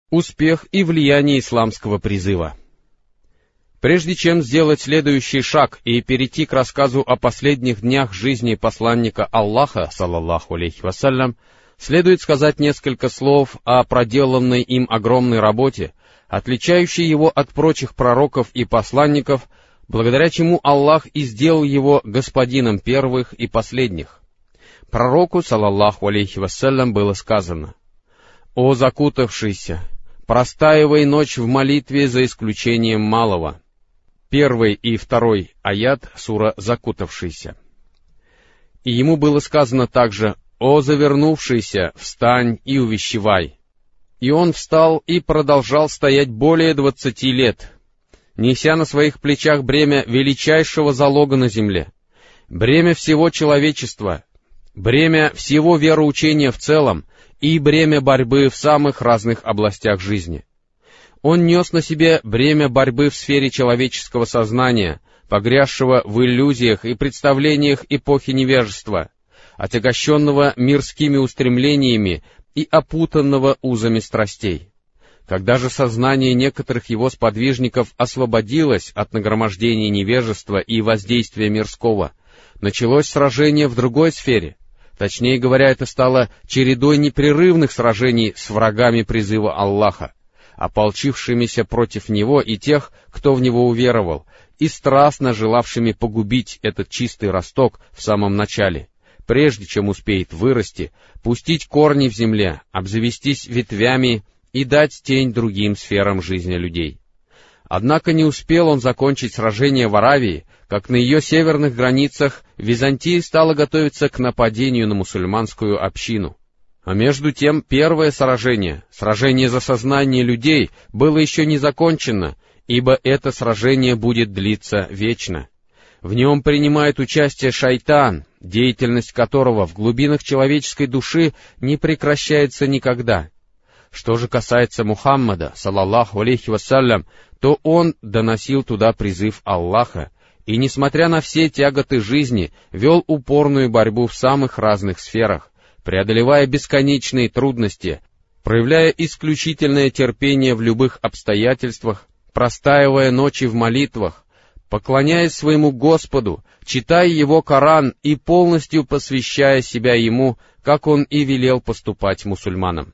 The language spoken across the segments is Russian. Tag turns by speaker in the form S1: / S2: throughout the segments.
S1: Успех и влияние исламского призыва. Прежде чем сделать следующий шаг и перейти к рассказу о последних днях жизни посланника Аллаха, саллаллаху алейхи вассалям, следует сказать несколько слов о проделанной им огромной работе, отличающей его от прочих пророков и посланников, благодаря чему Аллах и сделал его господином первых и последних. Пророку, саллаллаху алейхи вассалям, было сказано: «О закутавшийся, простаивай ночь в молитве за исключением малого». 1 и 2 аят сура «Закутавшийся». И ему было сказано также: «О завернувшийся, встань и увещевай». И он встал и продолжал стоять более 20 лет, неся на своих плечах бремя величайшего залога на земле, бремя всего человечества, бремя всего вероучения в целом и бремя борьбы в самых разных областях жизни. Он нес на себе бремя борьбы в сфере человеческого сознания, погрязшего в иллюзиях и представлениях эпохи невежества, отягощенного мирскими устремлениями и опутанного узами страстей. Когда же сознание некоторых его сподвижников освободилось от нагромождения невежества и воздействия мирского, началось сражение в другой сфере. Точнее говоря, это стало чередой непрерывных сражений с врагами призыва Аллаха, ополчившимися против него и тех, кто в него уверовал, и страстно желавшими погубить этот чистый росток в самом начале, прежде чем успеет вырасти, пустить корни в земле, обзавестись ветвями и дать тень другим сферам жизни людей. Однако не успел он закончить сражение в Аравии, как на ее северных границах Византия стала готовиться к нападению на мусульманскую общину. А между тем первое сражение за сознание людей, было еще не закончено, ибо это сражение будет длиться вечно. В нем принимает участие шайтан, деятельность которого в глубинах человеческой души не прекращается никогда. Что же касается Мухаммада, саллаллаху алейхи вассалям, то он доносил туда призыв Аллаха, и, несмотря на все тяготы жизни, вел упорную борьбу в самых разных сферах, преодолевая бесконечные трудности, проявляя исключительное терпение в любых обстоятельствах, простаивая ночи в молитвах, поклоняясь своему Господу, читая Его Коран и полностью посвящая себя Ему, как Он и велел поступать мусульманам.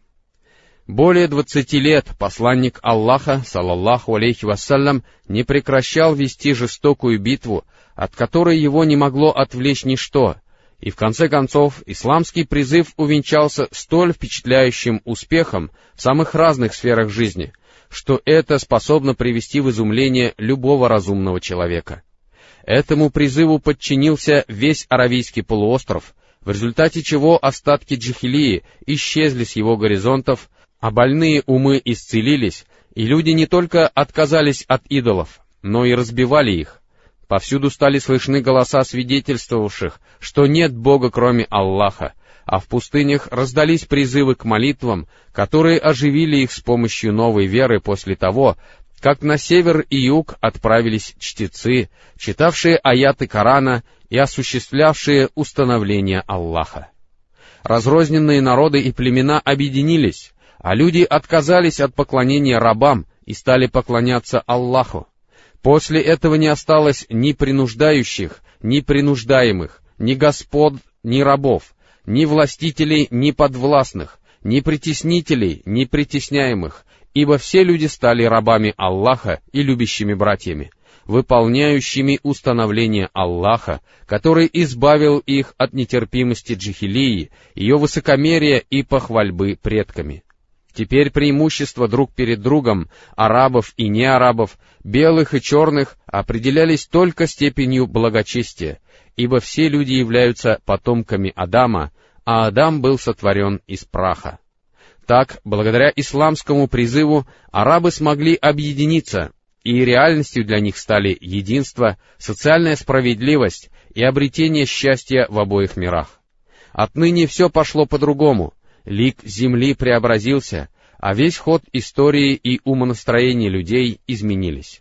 S1: Более 20 лет посланник Аллаха, саллаллаху алейхи вассалям, не прекращал вести жестокую битву, от которой его не могло отвлечь ничто, и в конце концов исламский призыв увенчался столь впечатляющим успехом в самых разных сферах жизни, что это способно привести в изумление любого разумного человека. Этому призыву подчинился весь Аравийский полуостров, в результате чего остатки джахилии исчезли с его горизонтов, а больные умы исцелились, и люди не только отказались от идолов, но и разбивали их. Повсюду стали слышны голоса свидетельствовавших, что нет Бога, кроме Аллаха, а в пустынях раздались призывы к молитвам, которые оживили их с помощью новой веры после того, как на север и юг отправились чтецы, читавшие аяты Корана и осуществлявшие установление Аллаха. Разрозненные народы и племена объединились, а люди отказались от поклонения рабам и стали поклоняться Аллаху. После этого не осталось ни принуждающих, ни принуждаемых, ни господ, ни рабов, ни властителей, ни подвластных, ни притеснителей, ни притесняемых, ибо все люди стали рабами Аллаха и любящими братьями, выполняющими установление Аллаха, который избавил их от нетерпимости джахилии, ее высокомерия и похвальбы предками. Теперь преимущества друг перед другом арабов и неарабов, белых и черных, определялись только степенью благочестия, ибо все люди являются потомками Адама, а Адам был сотворен из праха. Так, благодаря исламскому призыву, арабы смогли объединиться, и реальностью для них стали единство, социальная справедливость и обретение счастья в обоих мирах. Отныне все пошло по-другому. Лик земли преобразился, а весь ход истории и умонастроения людей изменились.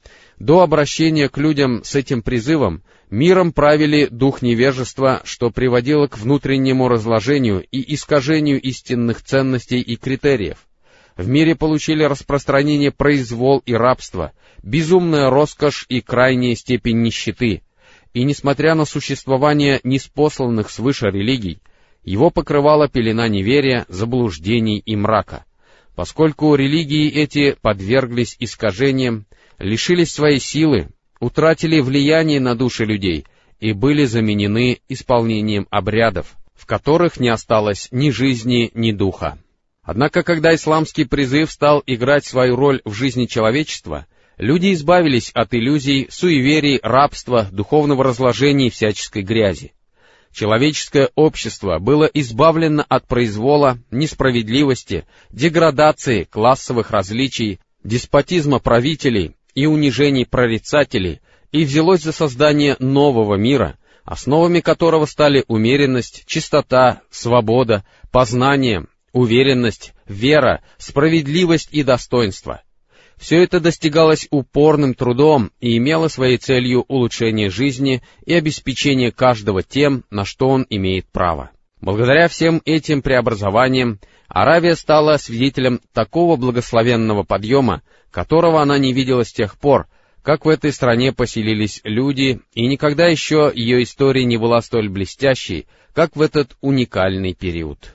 S1: До обращения к людям с этим призывом миром правили дух невежества, что приводило к внутреннему разложению и искажению истинных ценностей и критериев. В мире получили распространение произвол и рабство, безумная роскошь и крайняя степень нищеты. И несмотря на существование ниспосланных свыше религий, его покрывала пелена неверия, заблуждений и мрака. Поскольку религии эти подверглись искажениям, лишились своей силы, утратили влияние на души людей и были заменены исполнением обрядов, в которых не осталось ни жизни, ни духа. Однако, когда исламский призыв стал играть свою роль в жизни человечества, люди избавились от иллюзий, суеверий, рабства, духовного разложения и всяческой грязи. Человеческое общество было избавлено от произвола, несправедливости, деградации, классовых различий, деспотизма правителей и унижений прорицателей и взялось за создание нового мира, основами которого стали умеренность, чистота, свобода, познание, уверенность, вера, справедливость и достоинство. Все это достигалось упорным трудом и имело своей целью улучшение жизни и обеспечение каждого тем, на что он имеет право. Благодаря всем этим преобразованиям Аравия стала свидетелем такого благословенного подъема, которого она не видела с тех пор, как в этой стране поселились люди, и никогда еще ее история не была столь блестящей, как в этот уникальный период.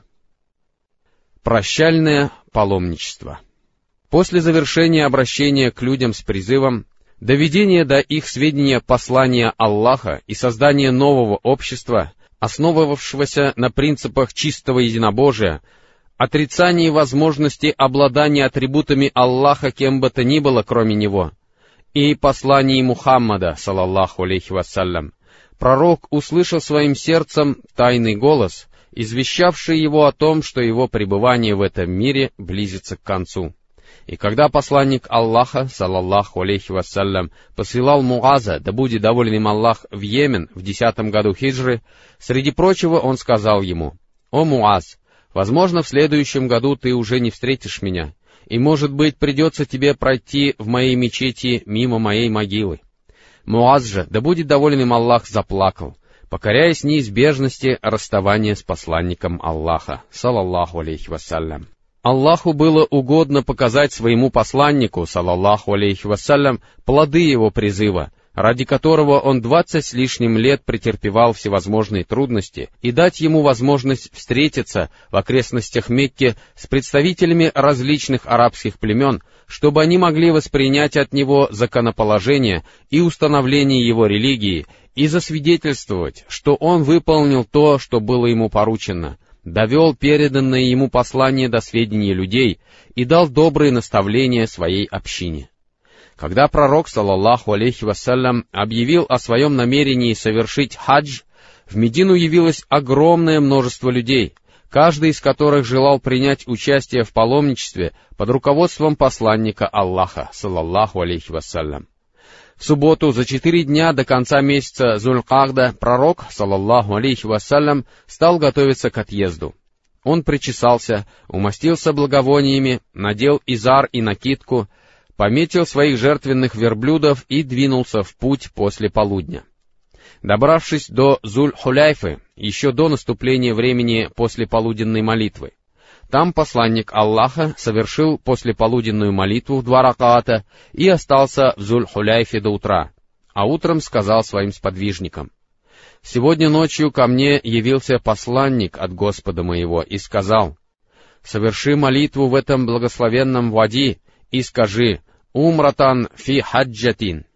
S1: Прощальное паломничество. После завершения обращения к людям с призывом, доведения до их сведения послания Аллаха и создания нового общества, основывавшегося на принципах чистого единобожия, отрицании возможности обладания атрибутами Аллаха кем бы то ни было, кроме Него, и послании Мухаммада, салаллаху алейхи вассалям, пророк услышал своим сердцем тайный голос, извещавший его о том, что его пребывание в этом мире близится к концу. И когда посланник Аллаха, салаллаху алейхи вассалям, посылал Муаза, да будет доволен им Аллах, в Йемен в 10 году хиджры, среди прочего он сказал ему: «О Муаз, возможно, в следующем году ты уже не встретишь меня, и, может быть, придется тебе пройти в моей мечети мимо моей могилы». Муаз же, да будет доволен им Аллах, заплакал, покоряясь неизбежности расставания с посланником Аллаха, салаллаху алейхи вассалям. Аллаху было угодно показать своему посланнику, салаллаху алейхи вассалям, плоды его призыва, ради которого он 20 с лишним лет претерпевал всевозможные трудности, и дать ему возможность встретиться в окрестностях Мекки с представителями различных арабских племен, чтобы они могли воспринять от него законоположение и установление его религии, и засвидетельствовать, что он выполнил то, что было ему поручено, довел переданное ему послание до сведения людей и дал добрые наставления своей общине. Когда пророк, салаллаху алейхи вассалям, объявил о своем намерении совершить хадж, в Медину явилось огромное множество людей, каждый из которых желал принять участие в паломничестве под руководством посланника Аллаха, салаллаху алейхи вассалям. В субботу, за 4 дня до конца месяца Зуль-Ка'да, пророк, салаллаху алейхи вассалям, стал готовиться к отъезду. Он причесался, умастился благовониями, надел изар и накидку, пометил своих жертвенных верблюдов и двинулся в путь после полудня. Добравшись до Зуль-Хуляйфы, еще до наступления времени после полуденной молитвы, там посланник Аллаха совершил послеполуденную молитву в 2 ракаата и остался в Зуль-Хуляйфе до утра, а утром сказал своим сподвижникам: «Сегодня ночью ко мне явился посланник от Господа моего и сказал: соверши молитву в этом благословенном вади и скажи: умратан фи хаджатин».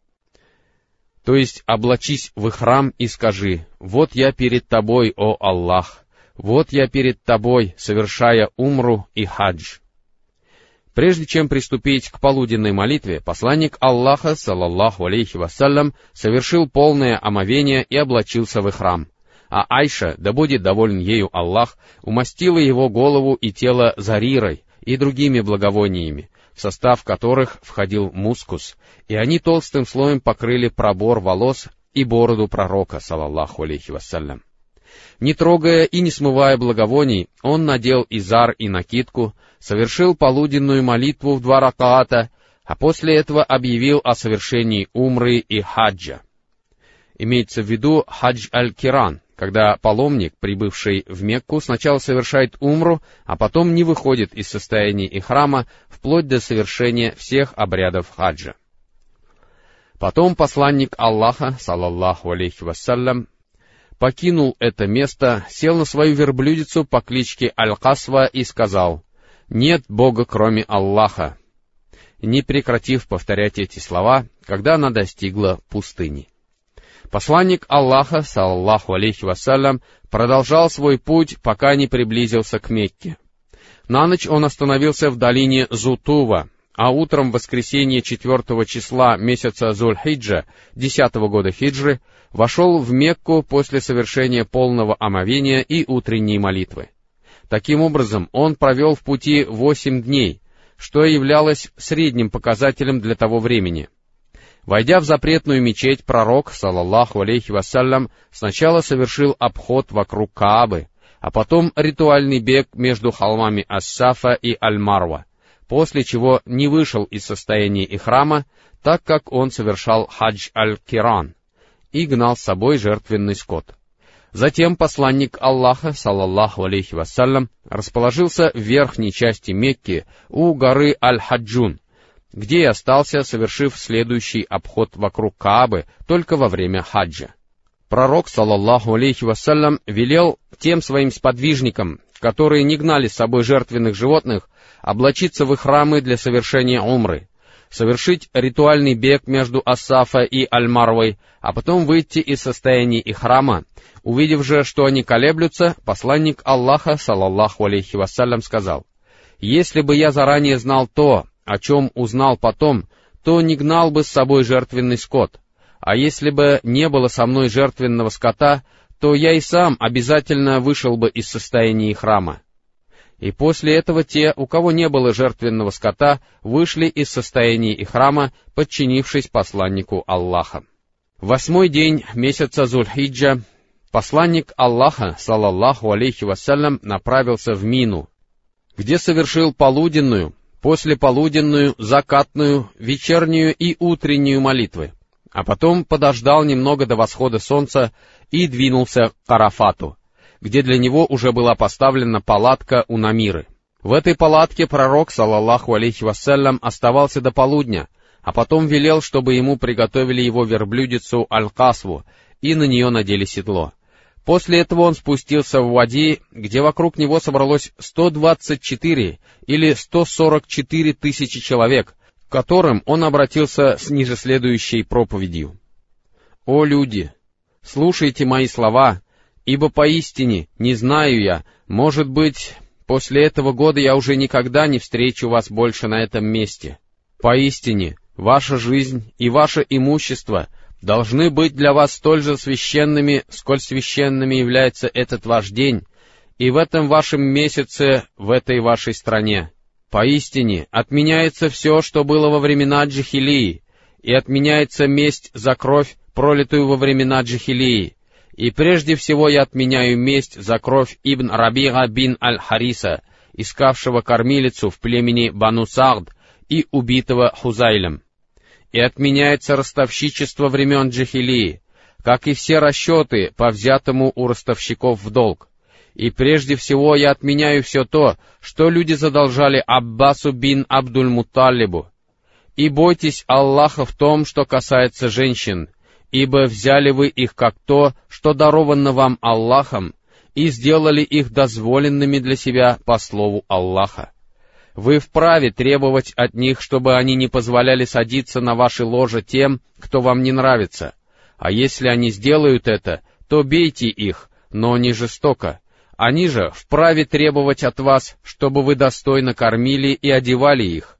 S1: То есть облачись в ихрам и скажи: вот я перед тобой, о Аллах, вот я перед тобой, совершая умру и хадж. Прежде чем приступить к полуденной молитве, посланник Аллаха, салаллаху алейхи вассалям, совершил полное омовение и облачился в ихрам, а Айша, да будет доволен ею Аллах, умастила его голову и тело зарирой и другими благовониями, в состав которых входил мускус, и они толстым слоем покрыли пробор волос и бороду пророка, салаллаху алейхи вассалям. Не трогая и не смывая благовоний, он надел изар и накидку, совершил полуденную молитву в 2 ракаата, а после этого объявил о совершении умры и хаджа. Имеется в виду хадж аль-Киран, когда паломник, прибывший в Мекку, сначала совершает умру, а потом не выходит из состояния ихрама вплоть до совершения всех обрядов хаджа. Потом посланник Аллаха, саллаллаху алейхи вассалям, покинул это место, сел на свою верблюдицу по кличке Аль-Касва и сказал: «Нет Бога, кроме Аллаха», не прекратив повторять эти слова, когда она достигла пустыни. Посланник Аллаха, саллаллаху алейхи вассалям, продолжал свой путь, пока не приблизился к Мекке. На ночь он остановился в долине Зутува, а утром в воскресенье 4 числа месяца Зуль-Хиджа, 10-го года хиджры, вошел в Мекку после совершения полного омовения и утренней молитвы. Таким образом, он провел в пути 8 дней, что являлось средним показателем для того времени. Войдя в запретную мечеть, пророк, саллаллаху алейхи вассалям, сначала совершил обход вокруг Каабы, а потом ритуальный бег между холмами Ас-Сафа и Аль-Марва, после чего не вышел из состояния ихрама, так как он совершал хадж аль-Киран и гнал с собой жертвенный скот. Затем посланник Аллаха, саллаллаху алейхи вассалям, расположился в верхней части Мекки у горы Аль-Хаджун, где и остался, совершив следующий обход вокруг Каабы только во время хаджа. Пророк, саллаллаху алейхи вассалям, велел тем своим сподвижникам, которые не гнали с собой жертвенных животных, облачиться в их храмы для совершения умры, совершить ритуальный бег между Ас-Сафа и Аль-Марвой, а потом выйти из состояния ихрама. Увидев же, что они колеблются, посланник Аллаха, саллаллаху алейхи вассалям, сказал: «Если бы я заранее знал то, о чем узнал потом, то не гнал бы с собой жертвенный скот, а если бы не было со мной жертвенного скота, то я и сам обязательно вышел бы из состояния ихрама». И после этого те, у кого не было жертвенного скота, вышли из состояния ихрама, подчинившись посланнику Аллаха. В 8-й день месяца Зуль-Хиджа посланник Аллаха, саллаллаху алейхи вассалям, направился в Мину, где совершил полуденную, послеполуденную, закатную, вечернюю и утреннюю молитвы, а потом подождал немного до восхода солнца и двинулся к Арафату, где для него уже была поставлена палатка у Намиры. В этой палатке пророк, саллаллаху алейхи вассалям, оставался до полудня, а потом велел, чтобы ему приготовили его верблюдицу Аль-Касву, и на нее надели седло. После этого он спустился в Вади, где вокруг него собралось 124 или 144 тысячи человек, к которым он обратился с ниже следующей проповедью: «О люди, слушайте мои слова, ибо поистине не знаю я, может быть, после этого года я уже никогда не встречу вас больше на этом месте. Поистине, ваша жизнь и ваше имущество должны быть для вас столь же священными, сколь священными является этот ваш день, и в этом вашем месяце, в этой вашей стране. Поистине, отменяется все, что было во времена Джахилии, и отменяется месть за кровь, пролитую во времена Джахилии. И прежде всего я отменяю месть за кровь Ибн Рабига бин Аль-Хариса, искавшего кормилицу в племени Бану Сагд и убитого Хузайлем. И отменяется ростовщичество времен Джахилии, как и все расчеты по взятому у ростовщиков в долг. И прежде всего я отменяю все то, что люди задолжали Аббасу бин Абдуль-Мутталибу. И бойтесь Аллаха в том, что касается женщин, ибо взяли вы их как то, что даровано вам Аллахом, и сделали их дозволенными для себя по слову Аллаха. Вы вправе требовать от них, чтобы они не позволяли садиться на ваши ложа тем, кто вам не нравится. А если они сделают это, то бейте их, но не жестоко. Они же вправе требовать от вас, чтобы вы достойно кормили и одевали их.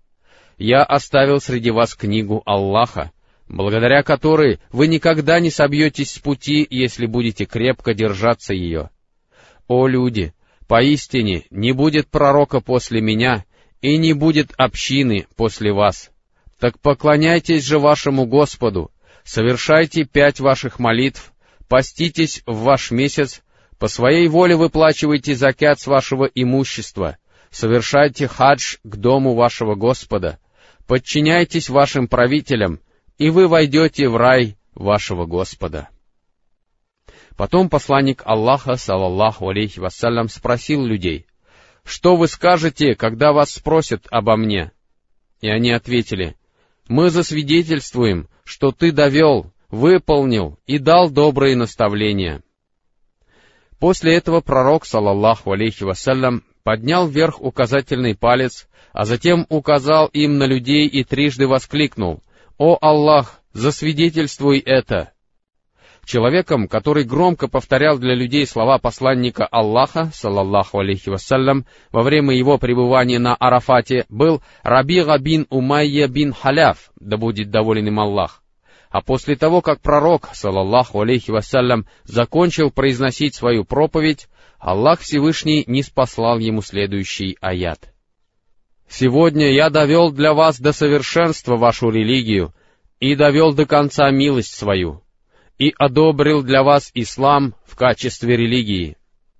S1: Я оставил среди вас книгу Аллаха, благодаря которой вы никогда не собьетесь с пути, если будете крепко держаться ее. О люди, поистине не будет пророка после меня, и не будет общины после вас. Так поклоняйтесь же вашему Господу, совершайте 5 ваших молитв, поститесь в ваш месяц, по своей воле выплачивайте закят с вашего имущества, совершайте хадж к дому вашего Господа, подчиняйтесь вашим правителям, и вы войдете в рай вашего Господа». Потом посланник Аллаха, салаллаху алейхи вассалям, спросил людей: «Что вы скажете, когда вас спросят обо мне?» И они ответили: «Мы засвидетельствуем, что ты довел, выполнил и дал добрые наставления». После этого пророк, салаллаху алейхи вассалям, поднял вверх указательный палец, а затем указал им на людей и трижды воскликнул: «О Аллах, засвидетельствуй это!» Человеком, который громко повторял для людей слова посланника Аллаха, салаллаху алейхи вассалям, во время его пребывания на Арафате, был Рабига бин Умайя бин Халяф, да будет доволен им Аллах. А после того, как пророк, салаллаху алейхи вассалям, закончил произносить свою проповедь, Аллах Всевышний ниспослал ему следующий аят: «Сегодня я довел для вас до совершенства вашу религию и довел до конца милость свою, и одобрил для вас ислам в качестве религии».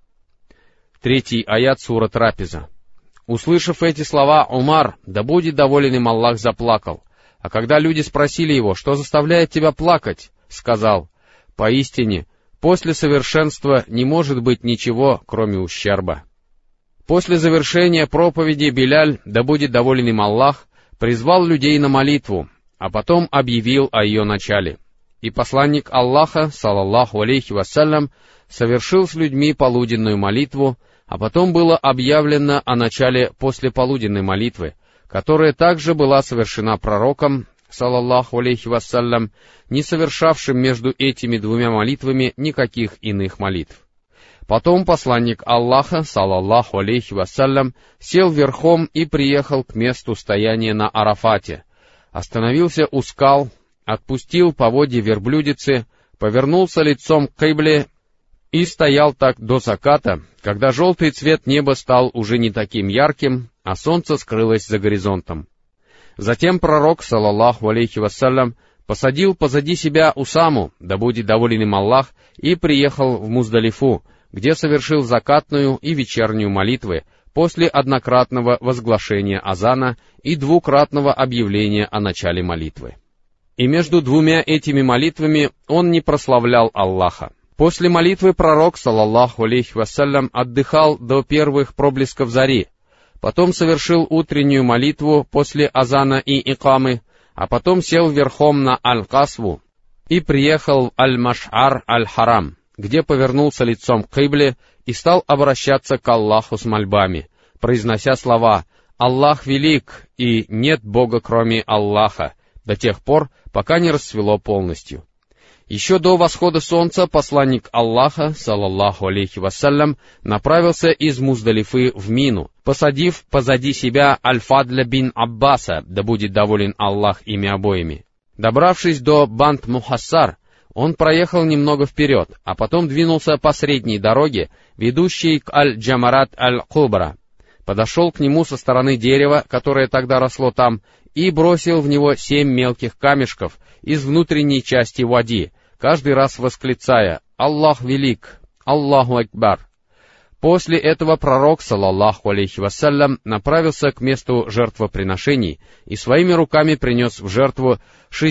S1: 3 аят сура Трапеза. Услышав эти слова, Умар, да будет доволен им Аллах, заплакал. А когда люди спросили его: «Что заставляет тебя плакать?», сказал: «Поистине, после совершенства не может быть ничего, кроме ущерба». После завершения проповеди Биляль, да будет доволен им Аллах, призвал людей на молитву, а потом объявил о ее начале. И посланник Аллаха, салаллаху алейхи вассалям, совершил с людьми полуденную молитву, а потом было объявлено о начале послеполуденной молитвы, которая также была совершена пророком, салаллаху алейхи вассалям, не совершавшим между этими двумя молитвами никаких иных молитв. Потом посланник Аллаха, салаллаху алейхи вассалям, сел верхом и приехал к месту стояния на Арафате, остановился у скал, отпустил поводья верблюдицы, повернулся лицом к кибле и стоял так до заката, когда желтый цвет неба стал уже не таким ярким, а солнце скрылось за горизонтом. Затем пророк, салаллаху алейхи вассалям, посадил позади себя Усаму, да будет доволен им Аллах, и приехал в Муздалифу, где совершил закатную и вечернюю молитвы после однократного возглашения азана и двукратного объявления о начале молитвы. И между двумя этими молитвами он не прославлял Аллаха. После молитвы пророк, салаллаху алейхи вассалям, отдыхал до первых проблесков зари, потом совершил утреннюю молитву после азана и икамы, а потом сел верхом на Аль-Касву и приехал в Аль-Маш'ар Аль-Харам, где повернулся лицом к кибле и стал обращаться к Аллаху с мольбами, произнося слова «Аллах велик, и нет Бога кроме Аллаха», до тех пор, пока не рассвело полностью. Еще до восхода солнца посланник Аллаха, салаллаху алейхи вассалям, направился из Муздалифы в Мину, посадив позади себя Аль-Фадля бин Аббаса, да будет доволен Аллах ими обоими. Добравшись до Бант-Мухассар, он проехал немного вперед, а потом двинулся по средней дороге, ведущей к Аль-Джамарат Аль-Кубра. Подошел к нему со стороны дерева, которое тогда росло там, и бросил в него 7 мелких камешков из внутренней части вади, каждый раз восклицая «Аллах велик! Аллаху Акбар!». После этого пророк, салаллаху алейхи вассалям, направился к месту жертвоприношений и своими руками принес в жертву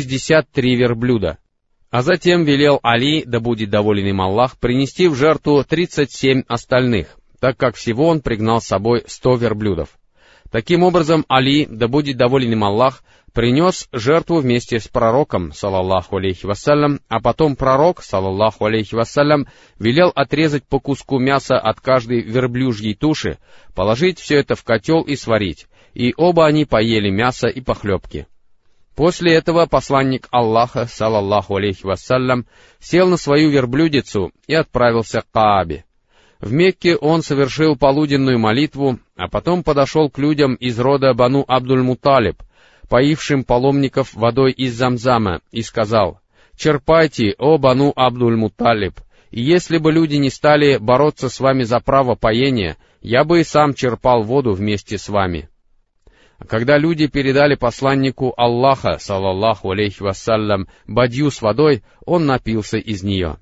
S1: 63 верблюда, а затем велел Али, да будет доволен им Аллах, принести в жертву 37 остальных, так как всего он пригнал с собой 100 верблюдов. Таким образом, Али, да будет доволен им Аллах, принес жертву вместе с пророком, салаллаху алейхи вассалям, а потом пророк, салаллаху алейхи вассалям, велел отрезать по куску мяса от каждой верблюжьей туши, положить все это в котел и сварить, и оба они поели мясо и похлебки. После этого посланник Аллаха, салаллаху алейхи вассалям, сел на свою верблюдицу и отправился к Каабе. В Мекке он совершил полуденную молитву, а потом подошел к людям из рода Бану Абдуль-Муталиб, поившим паломников водой из Замзама, и сказал: «Черпайте, о Бану Абдуль-Муталиб, и если бы люди не стали бороться с вами за право поения, я бы и сам черпал воду вместе с вами». А когда люди передали посланнику Аллаха, салаллаху алейхи вассалям, бадью с водой, он напился из нее.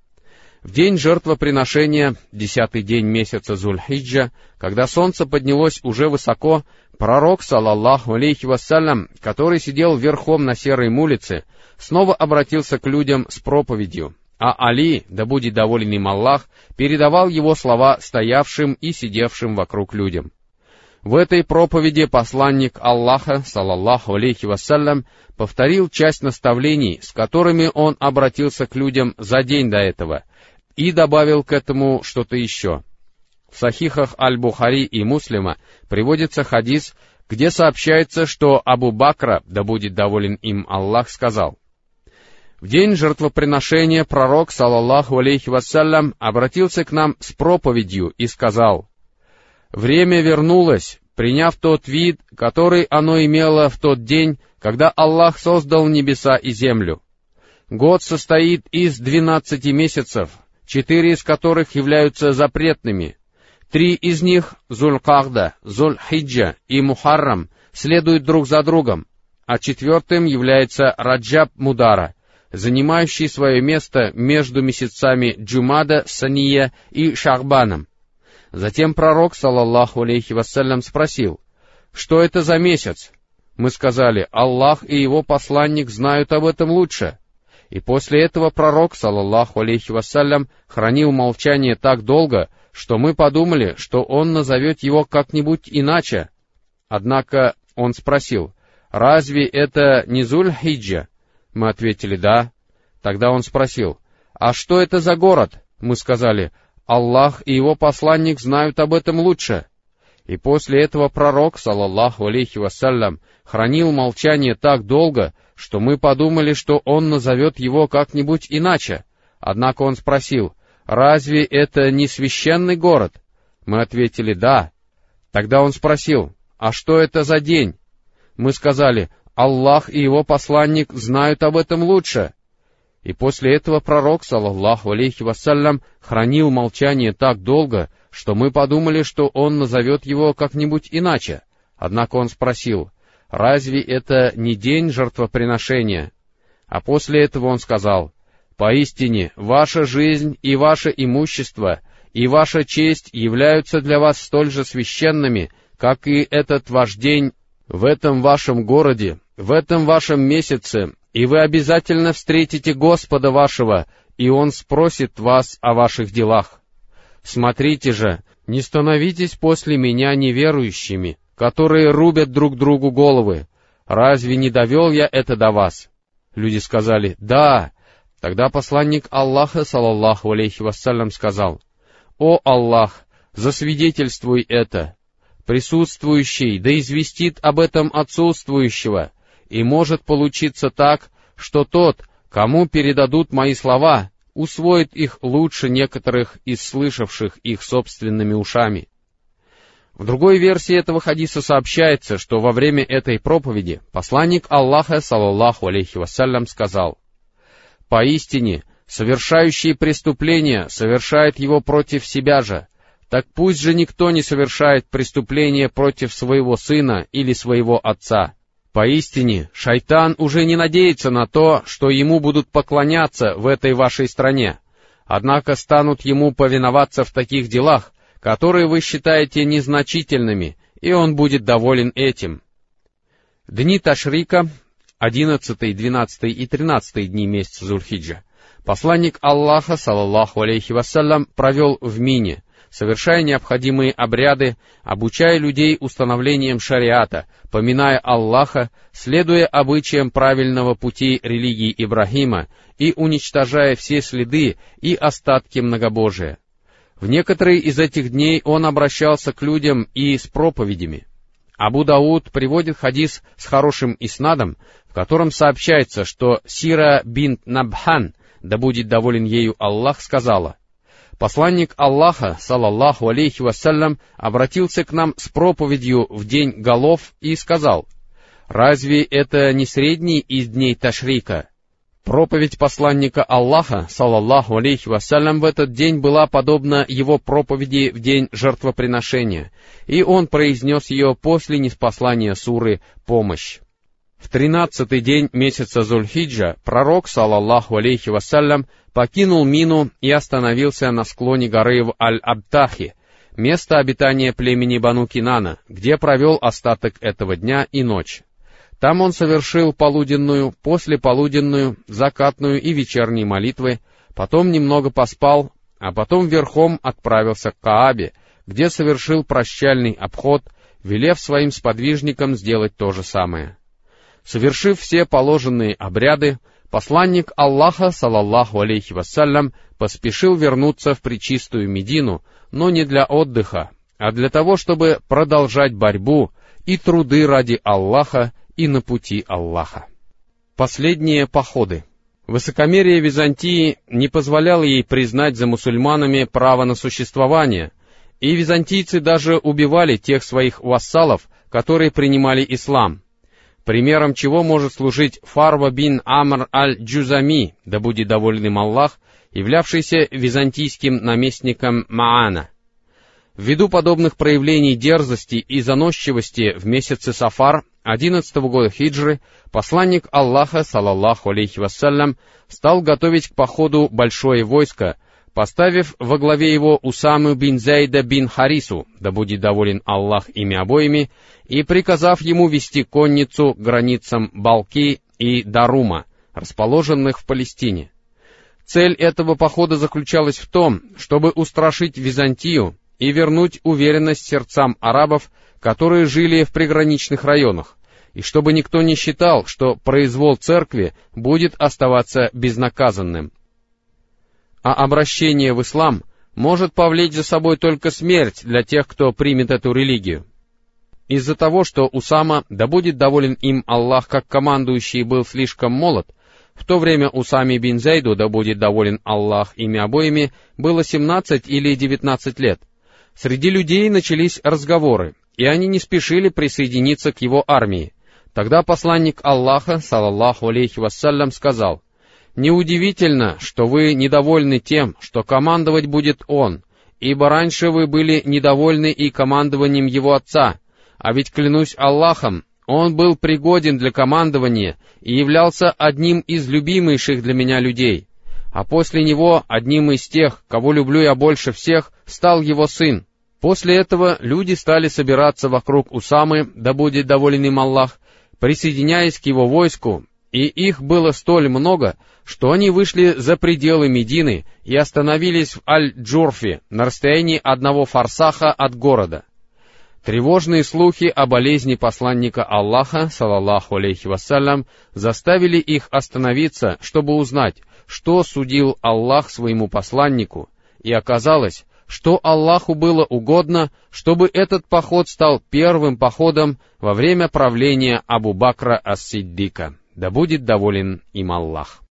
S1: В день жертвоприношения, 10-й день месяца Зуль-Хиджа, когда солнце поднялось уже высоко, пророк, салаллаху алейхи вассалям, который сидел верхом на серой мулице, снова обратился к людям с проповедью, а Али, да будет доволен им Аллах, передавал его слова стоявшим и сидевшим вокруг людям. В этой проповеди посланник Аллаха, саллаллаху алейхи вассалям, повторил часть наставлений, с которыми он обратился к людям за день до этого, и добавил к этому что-то еще. В сахихах Аль-Бухари и Муслима приводится хадис, где сообщается, что Абу Бакра, да будет доволен им Аллах, сказал: «В день жертвоприношения пророк, саллаллаху алейхи вассалям, обратился к нам с проповедью и сказал: «Время вернулось, приняв тот вид, который оно имело в тот день, когда Аллах создал небеса и землю. Год состоит из 12 месяцев, 4 из которых являются запретными. 3 из них, Зуль-Кахда, Зуль-Хиджа и Мухаррам, следуют друг за другом, а 4-м является Раджаб-Мудара, занимающий свое место между месяцами Джумада, Сания и Шахбаном». Затем пророк, саллаллаху алейхи вассалям, спросил: «Что это за месяц?» Мы сказали: «Аллах и его посланник знают об этом лучше». И после этого пророк, саллаллаху алейхи вассалям, хранил молчание так долго, что мы подумали, что он назовет его как-нибудь иначе. Однако он спросил: «Разве это не Зуль-Хиджа?» Мы ответили: «Да». Тогда он спросил: «А что это за город?» Мы сказали: «Аллах и его посланник знают об этом лучше». И после этого пророк, саллаллаху алейхи вассалям, хранил молчание так долго, что мы подумали, что он назовет его как-нибудь иначе. Однако он спросил: «Разве это не священный город?» Мы ответили: «Да». Тогда он спросил: «А что это за день?» Мы сказали: «Аллах и его посланник знают об этом лучше». И после этого пророк, саллаллаху алейхи вассалям, хранил молчание так долго, что мы подумали, что он назовет его как-нибудь иначе. Однако он спросил: «Разве это не день жертвоприношения?» А после этого он сказал: «Поистине, ваша жизнь и ваше имущество и ваша честь являются для вас столь же священными, как и этот ваш день в этом вашем городе, в этом вашем месяце, и вы обязательно встретите Господа вашего, и Он спросит вас о ваших делах. Смотрите же, не становитесь после меня неверующими, которые рубят друг другу головы. Разве не довел я это до вас?» Люди сказали: «Да». Тогда посланник Аллаха, саллаллаху алейхи вассалям, сказал: «О Аллах, засвидетельствуй это. Присутствующий да известит об этом отсутствующего, и может получиться так, что тот, кому передадут мои слова, усвоит их лучше некоторых из слышавших их собственными ушами». В другой версии этого хадиса сообщается, что во время этой проповеди посланник Аллаха, саллаллаху алейхи вассалям, сказал: «Поистине, совершающий преступление совершает его против себя же, так пусть же никто не совершает преступление против своего сына или своего отца. Поистине, шайтан уже не надеется на то, что ему будут поклоняться в этой вашей стране, однако станут ему повиноваться в таких делах, которые вы считаете незначительными, и он будет доволен этим». Дни Ташрика, 11, 12 и 13 дни месяца Зуль-Хиджа, посланник Аллаха, саллаллаху алейхи вассалям, провел в Мине, совершая необходимые обряды, обучая людей установлением шариата, поминая Аллаха, следуя обычаям правильного пути религии Ибрахима и уничтожая все следы и остатки многобожия. В некоторые из этих дней он обращался к людям и с проповедями. Абу Дауд приводит хадис с хорошим иснадом, в котором сообщается, что Сира бинт Набхан, да будет доволен ею Аллах, сказала: «Посланник Аллаха, саллаллаху алейхи вассалям, обратился к нам с проповедью в день голов и сказал: «Разве это не средний из дней Ташрика?» Проповедь посланника Аллаха, саллаллаху алейхи вассалям, в этот день была подобна его проповеди в день жертвоприношения, и он произнес ее после ниспослания суры «Помощь». В 13-й день месяца Зуль-Хиджа пророк, саллаллаху алейхи вассалям, покинул Мину и остановился на склоне горы в Аль-Абтахи, место обитания племени Бану Кинана, где провел остаток этого дня и ночь. Там он совершил полуденную, послеполуденную, закатную и вечерние молитвы, потом немного поспал, а потом верхом отправился к Каабе, где совершил прощальный обход, велев своим сподвижникам сделать то же самое. Совершив все положенные обряды, посланник Аллаха, салаллаху алейхи вассалям, поспешил вернуться в пречистую Медину, но не для отдыха, а для того, чтобы продолжать борьбу и труды ради Аллаха и на пути Аллаха. Последние походы. Высокомерие Византии не позволяло ей признать за мусульманами право на существование, и византийцы даже убивали тех своих вассалов, которые принимали ислам, примером чего может служить Фарва бин Амр аль-Джузами, да будет доволен им Аллах, являвшийся византийским наместником Маана. Ввиду подобных проявлений дерзости и заносчивости в месяце Сафар 11-го года хиджры, посланник Аллаха, салаллаху алейхи вассалям, стал готовить к походу большое войско, поставив во главе его Усаму бин Зайда бин Харису, да будет доволен Аллах ими обоими, и приказав ему вести конницу к границам Балки и Дарума, расположенных в Палестине. Цель этого похода заключалась в том, чтобы устрашить Византию и вернуть уверенность сердцам арабов, которые жили в приграничных районах, и чтобы никто не считал, что произвол церкви будет оставаться безнаказанным. А обращение в ислам может повлечь за собой только смерть для тех, кто примет эту религию. Из-за того, что Усама, да будет доволен им Аллах, как командующий, был слишком молод, в то время Усаме бин Зайду, да будет доволен Аллах ими обоими, было 17 или 19 лет. Среди людей начались разговоры, и они не спешили присоединиться к его армии. Тогда посланник Аллаха, салаллаху алейхи вассалям, сказал: «Неудивительно, что вы недовольны тем, что командовать будет он, ибо раньше вы были недовольны и командованием его отца, а ведь, клянусь Аллахом, он был пригоден для командования и являлся одним из любимейших для меня людей, а после него одним из тех, кого люблю я больше всех, стал его сын». После этого люди стали собираться вокруг Усамы, да будет доволен им Аллах, присоединяясь к его войску, и их было столь много, что они вышли за пределы Медины и остановились в Аль-Джурфе, на расстоянии одного фарсаха от города. Тревожные слухи о болезни посланника Аллаха, салаллаху алейхи вассалям, заставили их остановиться, чтобы узнать, что судил Аллах своему посланнику, и оказалось, что Аллаху было угодно, чтобы этот поход стал первым походом во время правления Абу Бакра ас-Сиддика, да будет доволен им Аллах.